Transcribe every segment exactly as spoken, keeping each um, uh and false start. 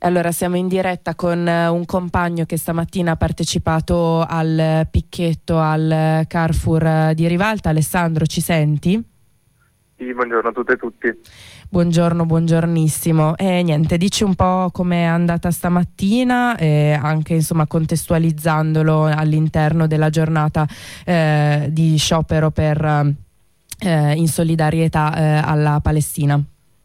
Allora siamo in diretta con un compagno che stamattina ha partecipato al picchetto al Carrefour di Rivalta. Alessandro, ci senti? Sì, buongiorno a tutte e tutti. Buongiorno, buongiornissimo. E niente, dici un po' com'è andata stamattina, e anche insomma contestualizzandolo all'interno della giornata eh, di sciopero per, eh, in solidarietà eh, alla Palestina.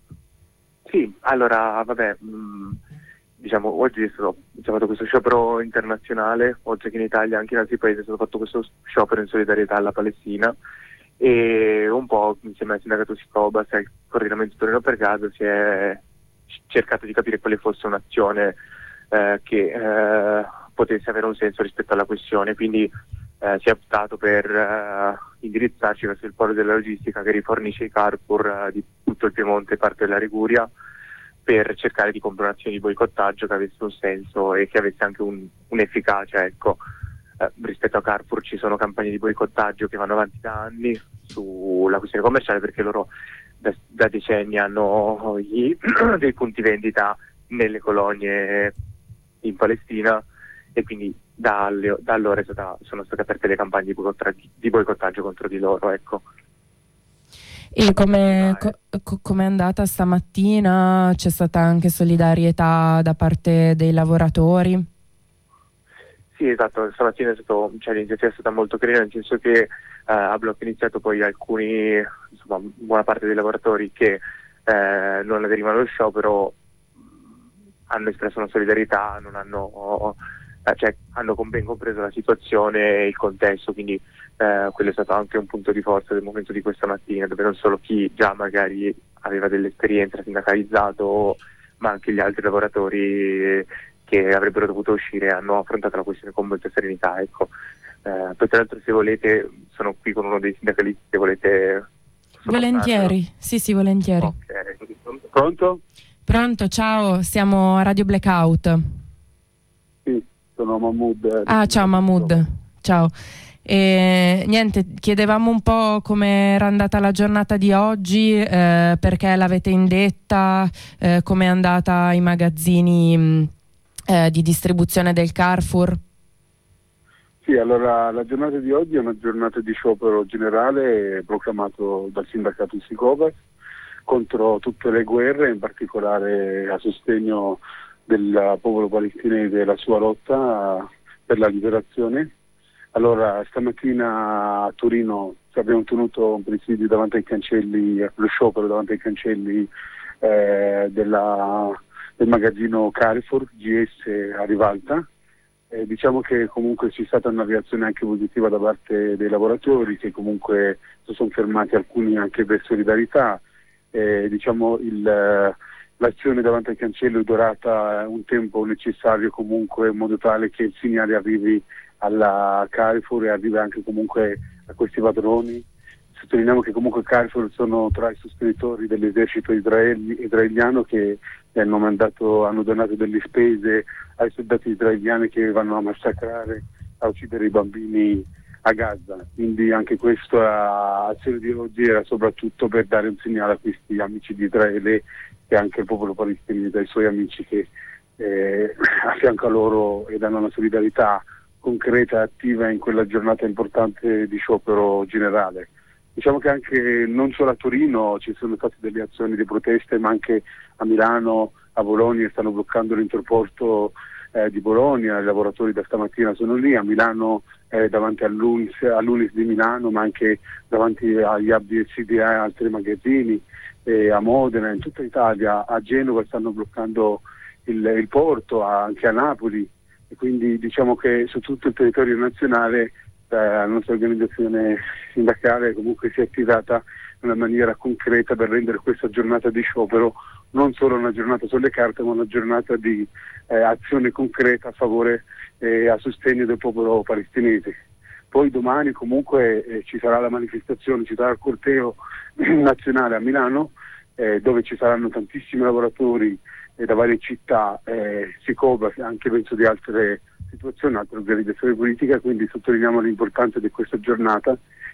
Sì, allora, vabbè, mh, diciamo, oggi è stato, è stato fatto questo sciopero internazionale, oltre che in Italia, anche in altri paesi è stato fatto questo sciopero in solidarietà alla Palestina, e un po' insieme al sindacato Sicoba, al coordinamento Torino per Gaza, si è cercato di capire quale fosse un'azione eh, che eh, potesse avere un senso rispetto alla questione, quindi eh, si è optato per eh, indirizzarci verso il polo della logistica che rifornisce i Carrefour eh, di tutto il Piemonte e parte della Liguria, per cercare di compiere un'azione di boicottaggio che avesse un senso e che avesse anche un, un'efficacia, ecco. Eh, rispetto a Carrefour ci sono campagne di boicottaggio che vanno avanti da anni sulla questione commerciale, perché loro da, da decenni hanno gli, dei punti vendita nelle colonie in Palestina, e quindi da, da allora è stata, sono state aperte le campagne di boicottaggio, di boicottaggio contro di loro, ecco. E come co- è andata stamattina? C'è stata anche solidarietà da parte dei lavoratori? Sì, esatto, stamattina è stato, cioè, l'iniziativa è stata molto carina, nel senso che eh, abbiamo iniziato poi alcuni, insomma, buona parte dei lavoratori che eh, non aderivano allo sciopero hanno espresso una solidarietà, non hanno, eh, cioè, hanno ben compreso la situazione e il contesto, quindi eh, quello è stato anche un punto di forza del momento di questa mattina, dove non solo chi già magari aveva dell'esperienza sindacalizzato, ma anche gli altri lavoratori che avrebbero dovuto uscire hanno affrontato la questione con molta serenità, ecco. Eh, poi tra l'altro, se volete, sono qui con uno dei sindacalisti, se volete. Volentieri, sì sì, volentieri. Okay. Pronto? Pronto, ciao, siamo a Radio Blackout. Sì, sono Mahmood. Ah, ciao Mahmood, ciao. E niente, chiedevamo un po' come era andata la giornata di oggi, eh, perché l'avete indetta, eh, come è andata ai magazzini mh, eh, di distribuzione del Carrefour. Sì, allora la giornata di oggi è una giornata di sciopero generale proclamato dal sindacato Sicoba contro tutte le guerre, in particolare a sostegno del popolo palestinese e la sua lotta per la liberazione. Allora, stamattina a Torino abbiamo tenuto un presidio davanti ai cancelli, lo sciopero davanti ai cancelli eh, della, del magazzino Carrefour G S a Rivalta. Eh, diciamo che comunque c'è stata una reazione anche positiva da parte dei lavoratori, che comunque si sono fermati alcuni anche per solidarietà. Eh, diciamo il, l'azione davanti al cancello è durata un tempo necessario comunque, in modo tale che il segnale arrivi alla Carrefour e arrivi anche comunque a questi padroni. Sottolineiamo che comunque Carrefour sono tra i sostenitori dell'esercito israeli, israeliano che hanno mandato, hanno donato delle spese ai soldati israeliani che vanno a massacrare, a uccidere i bambini a Gaza. Quindi anche questa azione di oggi era soprattutto per dare un segnale a questi amici di Israele e anche al popolo palestinese, ai suoi amici che eh, affianca loro e danno una solidarietà concreta e attiva in quella giornata importante di sciopero generale. Diciamo che anche non solo a Torino ci sono state delle azioni di proteste, ma anche a Milano, a Bologna stanno bloccando l'interporto eh, di Bologna, i lavoratori da stamattina sono lì, a Milano eh, davanti all'Unis, all'Unis di Milano, ma anche davanti agli hub di C D A e altri magazzini, eh, a Modena, in tutta Italia, a Genova stanno bloccando il, il porto, a, anche a Napoli, e quindi diciamo che su tutto il territorio nazionale la nostra organizzazione sindacale comunque si è attivata in una maniera concreta per rendere questa giornata di sciopero non solo una giornata sulle carte, ma una giornata di eh, azione concreta a favore e eh, a sostegno del popolo palestinese. Poi domani comunque eh, ci sarà la manifestazione, ci sarà il corteo nazionale a Milano, eh, dove ci saranno tantissimi lavoratori eh, da varie città, eh, Sicoba, anche penso di altre situazione, altre organizzazioni politiche, quindi sottolineiamo l'importanza di questa giornata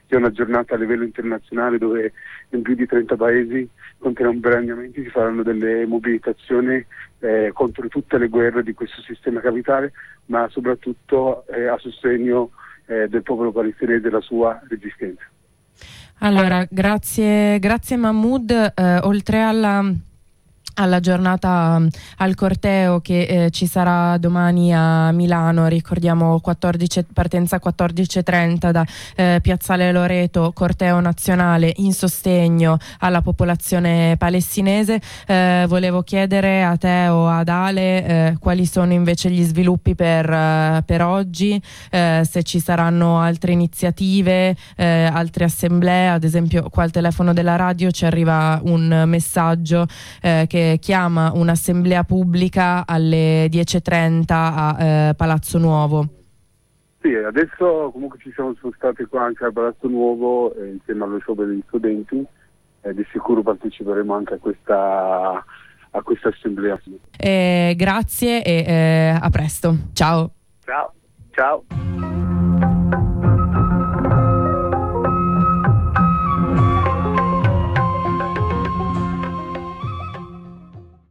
sia una giornata a livello internazionale dove in più di trenta paesi contemporaneamente si faranno delle mobilitazioni eh, contro tutte le guerre di questo sistema capitale, ma soprattutto eh, a sostegno eh, del popolo palestinese e della sua resistenza. Allora, grazie, grazie Mahmoud. Eh, oltre alla alla giornata, al corteo che eh, ci sarà domani a Milano, ricordiamo quattordici, partenza quattordici e trenta da eh, Piazzale Loreto, corteo nazionale in sostegno alla popolazione palestinese. Eh, volevo chiedere a te o ad Ale eh, quali sono invece gli sviluppi per, uh, per oggi, eh, se ci saranno altre iniziative, eh, altre assemblee. Ad esempio qua al telefono della radio ci arriva un messaggio eh, che chiama un'assemblea pubblica alle dieci e trenta a eh, Palazzo Nuovo. Sì, adesso comunque ci siamo spostati qua anche a Palazzo Nuovo eh, insieme allo sciopero degli studenti e eh, di sicuro parteciperemo anche a questa, a questa assemblea. Eh, grazie e eh, a presto. Ciao. Ciao. Ciao.